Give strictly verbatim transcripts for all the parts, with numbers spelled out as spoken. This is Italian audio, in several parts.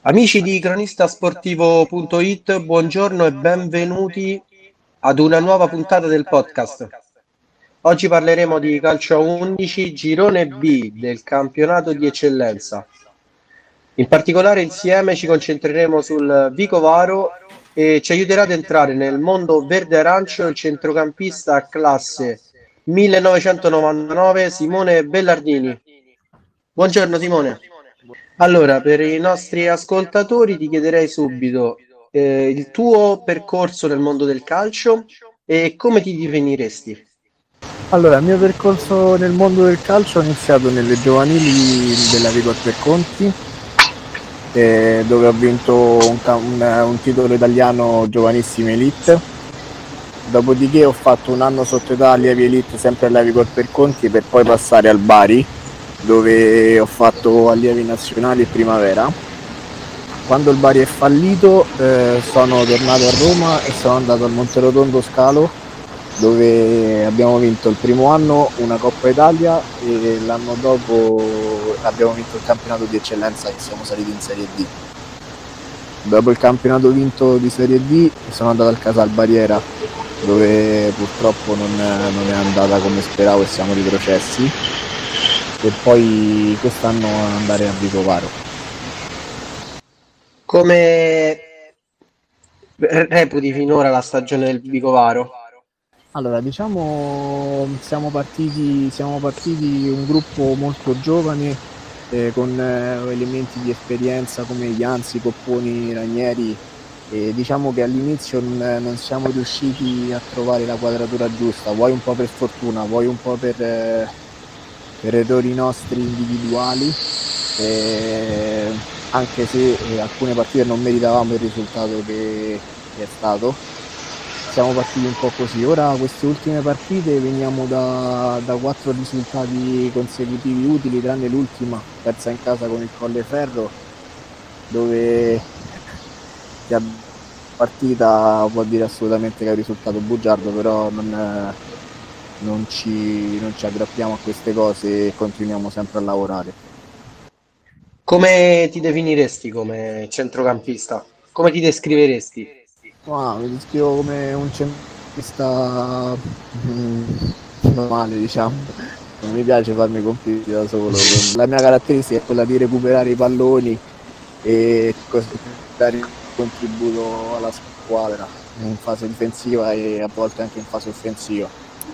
Amici di cronistasportivo punto it, buongiorno e benvenuti ad una nuova puntata del podcast. Oggi parleremo di calcio a undici, girone B del campionato di eccellenza. In particolare insieme ci concentreremo sul Vicovaro e ci aiuterà ad entrare nel mondo verde-arancio il centrocampista classe millenovecentonovantanove Simone Bellardini. Buongiorno Simone. Allora, per i nostri ascoltatori ti chiederei subito eh, il tuo percorso nel mondo del calcio e come ti definiresti? Allora, il mio percorso nel mondo del calcio ho iniziato nelle giovanili della Vigor per Conti, eh, dove ho vinto un, un, un titolo italiano giovanissime elite. Dopodiché ho fatto un anno sotto età allievi elite sempre alla Vigor per Conti, per poi passare al Bari, dove ho fatto allievi nazionali e primavera. Quando il Bari è fallito eh, sono tornato a Roma e sono andato al Monterotondo Scalo, dove abbiamo vinto il primo anno una Coppa Italia e l'anno dopo abbiamo vinto il campionato di eccellenza e siamo saliti in Serie D. Dopo il campionato vinto di Serie D sono andato al Casal Barriera, dove purtroppo non, non è andata come speravo e siamo retrocessi, per poi quest'anno andare a Vicovaro. Come reputi finora la stagione del Vicovaro? Allora, diciamo siamo partiti, siamo partiti un gruppo molto giovane, eh, con eh, elementi di esperienza come Ianzi, Copponi, Ranieri, e diciamo che all'inizio non, non siamo riusciti a trovare la quadratura giusta, vuoi un po' per fortuna, vuoi un po' per, eh, per errori nostri individuali, eh, anche se eh, alcune partite non meritavamo il risultato che, che è stato. Siamo partiti un po' così. Ora queste ultime partite veniamo da, da quattro risultati consecutivi utili, tranne l'ultima, persa in casa con il Colleferro, dove la partita può dire assolutamente che è un risultato bugiardo, però non, non, ci, non ci aggrappiamo a queste cose e continuiamo sempre a lavorare. Come ti definiresti come centrocampista? Come ti descriveresti? Wow, mi descrivo come un centrocampista mm, normale, diciamo. Non mi piace farmi compiti da solo. La mia caratteristica è quella di recuperare i palloni e così dare un contributo alla squadra in fase difensiva e a volte anche in fase offensiva.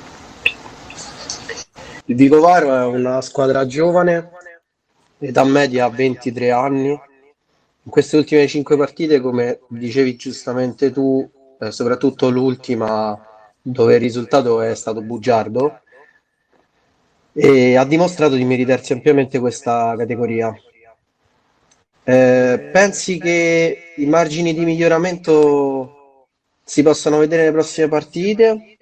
Il Vicovaro è una squadra giovane, età media ventitré anni. In queste ultime cinque partite, come dicevi giustamente tu, eh, soprattutto l'ultima dove il risultato è stato bugiardo, e ha dimostrato di meritarsi ampiamente questa categoria. Eh, pensi che i margini di miglioramento si possano vedere nelle prossime partite?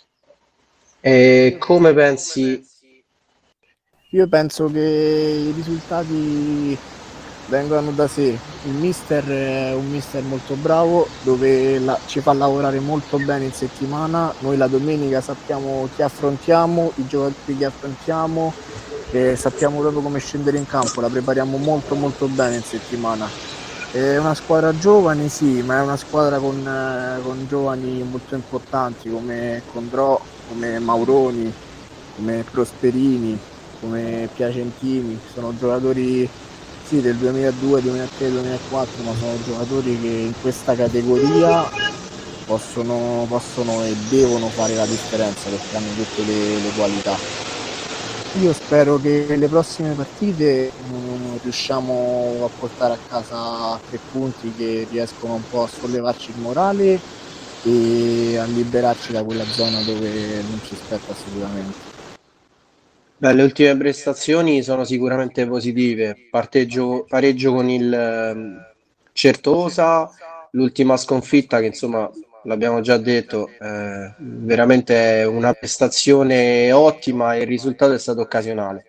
E come pensi? Io penso che i risultati vengano da sé. Il mister è un mister molto bravo, dove la, ci fa lavorare molto bene in settimana. Noi la domenica sappiamo chi affrontiamo, i giocatori che affrontiamo, e sappiamo proprio come scendere in campo, la prepariamo molto molto bene in settimana. È una squadra giovane, sì, ma è una squadra con, eh, con giovani molto importanti come Condrò, come Mauroni, come Prosperini, come Piacentini. Sono giocatori sì, del duemiladue, duemilatré, duemilaquattro, ma sono giocatori che in questa categoria possono, possono e devono fare la differenza, perché hanno tutte le, le qualità. Io spero che le prossime partite um, riusciamo a portare a casa tre punti che riescono un po' a sollevarci il morale e a liberarci da quella zona dove non ci spetta assolutamente. Beh, le ultime prestazioni sono sicuramente positive. Parteggio, pareggio con il ehm, Certosa, l'ultima sconfitta che insomma l'abbiamo già detto, eh, veramente è una prestazione ottima e il risultato è stato occasionale.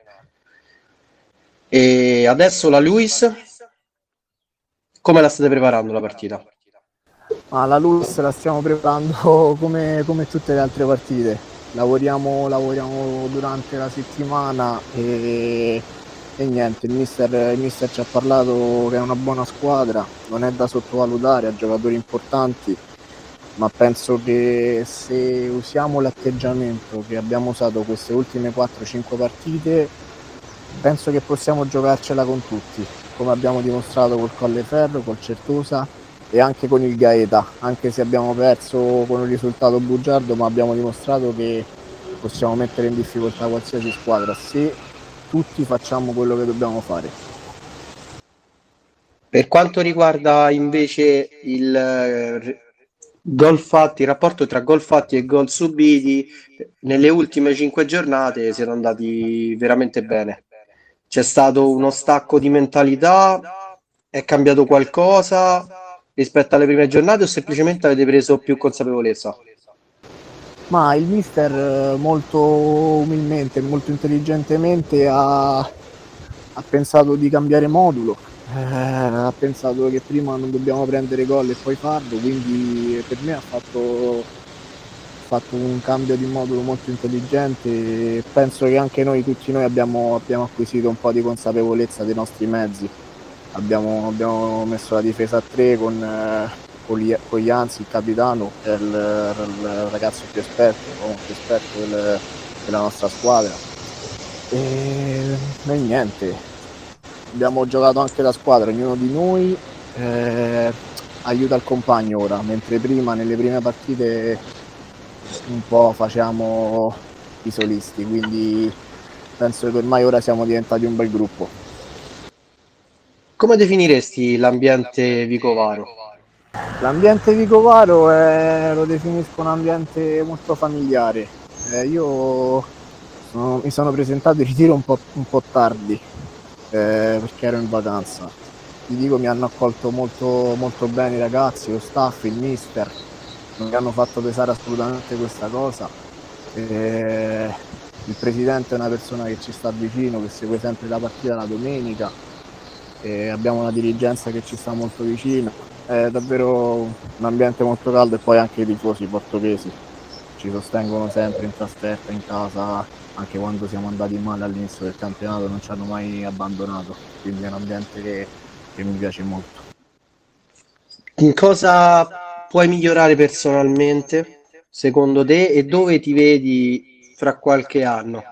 E adesso la Luis, come la state preparando la partita? Ma la Luis la stiamo preparando come, come tutte le altre partite. Lavoriamo, lavoriamo durante la settimana e E niente, il mister, il mister ci ha parlato che è una buona squadra, non è da sottovalutare, ha giocatori importanti, ma penso che se usiamo l'atteggiamento che abbiamo usato queste ultime quattro cinque partite, penso che possiamo giocarcela con tutti, come abbiamo dimostrato col Colleferro, col Certosa e anche con il Gaeta, anche se abbiamo perso con un risultato bugiardo, ma abbiamo dimostrato che possiamo mettere in difficoltà qualsiasi squadra se tutti facciamo quello che dobbiamo fare. Per quanto riguarda invece il eh, gol fatti, il rapporto tra gol fatti e gol subiti, nelle ultime cinque giornate siete andati veramente bene. C'è stato uno stacco di mentalità, è cambiato qualcosa rispetto alle prime giornate o semplicemente avete preso più consapevolezza? Ma il mister molto umilmente, molto intelligentemente ha, ha pensato di cambiare modulo, eh, ha pensato che prima non dobbiamo prendere gol e poi farlo, quindi per me ha fatto, fatto un cambio di modulo molto intelligente e penso che anche noi, tutti noi abbiamo, abbiamo acquisito un po' di consapevolezza dei nostri mezzi. Abbiamo, abbiamo messo la difesa a tre con, eh, con Ianzi, il capitano, che è il, il ragazzo più esperto, l'uomo più esperto del, della nostra squadra. E, e niente, abbiamo giocato anche la squadra, ognuno di noi eh, aiuta il compagno ora, mentre prima nelle prime partite un po' facciamo i solisti, quindi penso che ormai ora siamo diventati un bel gruppo. Come definiresti l'ambiente vicovaro? L'ambiente Vicovaro è, lo definisco un ambiente molto familiare. Eh, io sono, mi sono presentato in ritiro un po', un po' tardi eh, perché ero in vacanza. Ti dico, mi hanno accolto molto, molto bene i ragazzi, lo staff, il mister, non mi hanno fatto pesare assolutamente questa cosa. Eh, il presidente è una persona che ci sta vicino, che segue sempre la partita la domenica. E abbiamo una dirigenza che ci sta molto vicino, è davvero un ambiente molto caldo e poi anche i tifosi portoghesi ci sostengono sempre in trasferta, in casa, anche quando siamo andati male all'inizio del campionato non ci hanno mai abbandonato, quindi è un ambiente che, che mi piace molto. In cosa puoi migliorare personalmente, secondo te, e dove ti vedi fra qualche anno?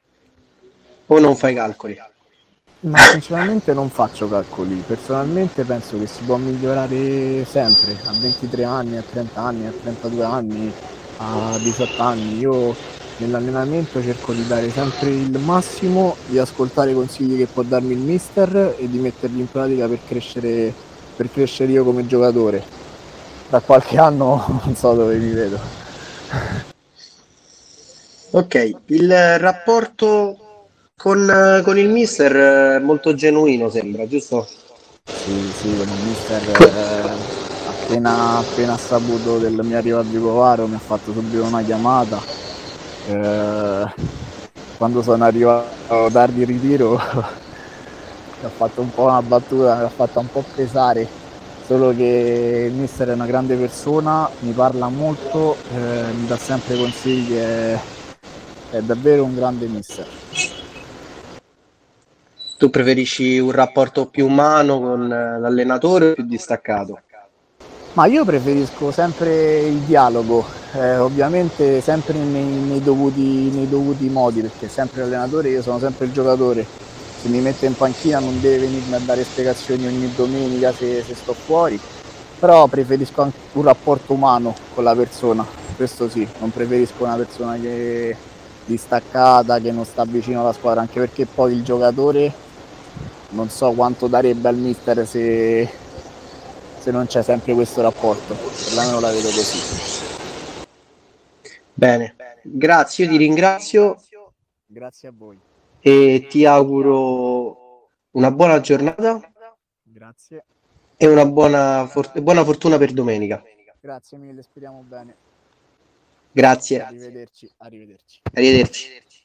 O non fai calcoli? Ma sinceramente non faccio calcoli, personalmente penso che si può migliorare sempre, a ventitré anni, a trenta anni, a trentadue anni, a diciotto anni. Io nell'allenamento cerco di dare sempre il massimo, di ascoltare i consigli che può darmi il mister e di metterli in pratica per crescere, per crescere io come giocatore. Tra qualche anno non so dove mi vedo. Ok, il rapporto con, con il mister è molto genuino, sembra, giusto? Sì, sì, con il mister eh, appena, appena saputo del mio arrivo a Vicovaro mi ha fatto subito una chiamata. Eh, quando sono arrivato tardi in ritiro mi ha fatto un po' una battuta, mi ha fatto un po' pesare, solo che il mister è una grande persona, mi parla molto, eh, mi dà sempre consigli, è, è davvero un grande mister. Tu preferisci un rapporto più umano con l'allenatore o più distaccato? Ma io preferisco sempre il dialogo, eh, ovviamente sempre nei, nei, dovuti, nei dovuti modi, perché sempre l'allenatore, io sono sempre il giocatore, se mi mette in panchina non deve venirmi a dare spiegazioni ogni domenica se, se sto fuori, però preferisco anche un rapporto umano con la persona, questo sì, non preferisco una persona che è distaccata, che non sta vicino alla squadra, anche perché poi il giocatore non so quanto darebbe al mister se, se non c'è sempre questo rapporto, perlomeno la vedo così. Bene, grazie, io ti ringrazio Grazie a voi. e ti auguro una buona giornata Grazie. e una buona, for- buona fortuna per domenica. Grazie mille, speriamo bene. Grazie, Arrivederci, arrivederci. arrivederci.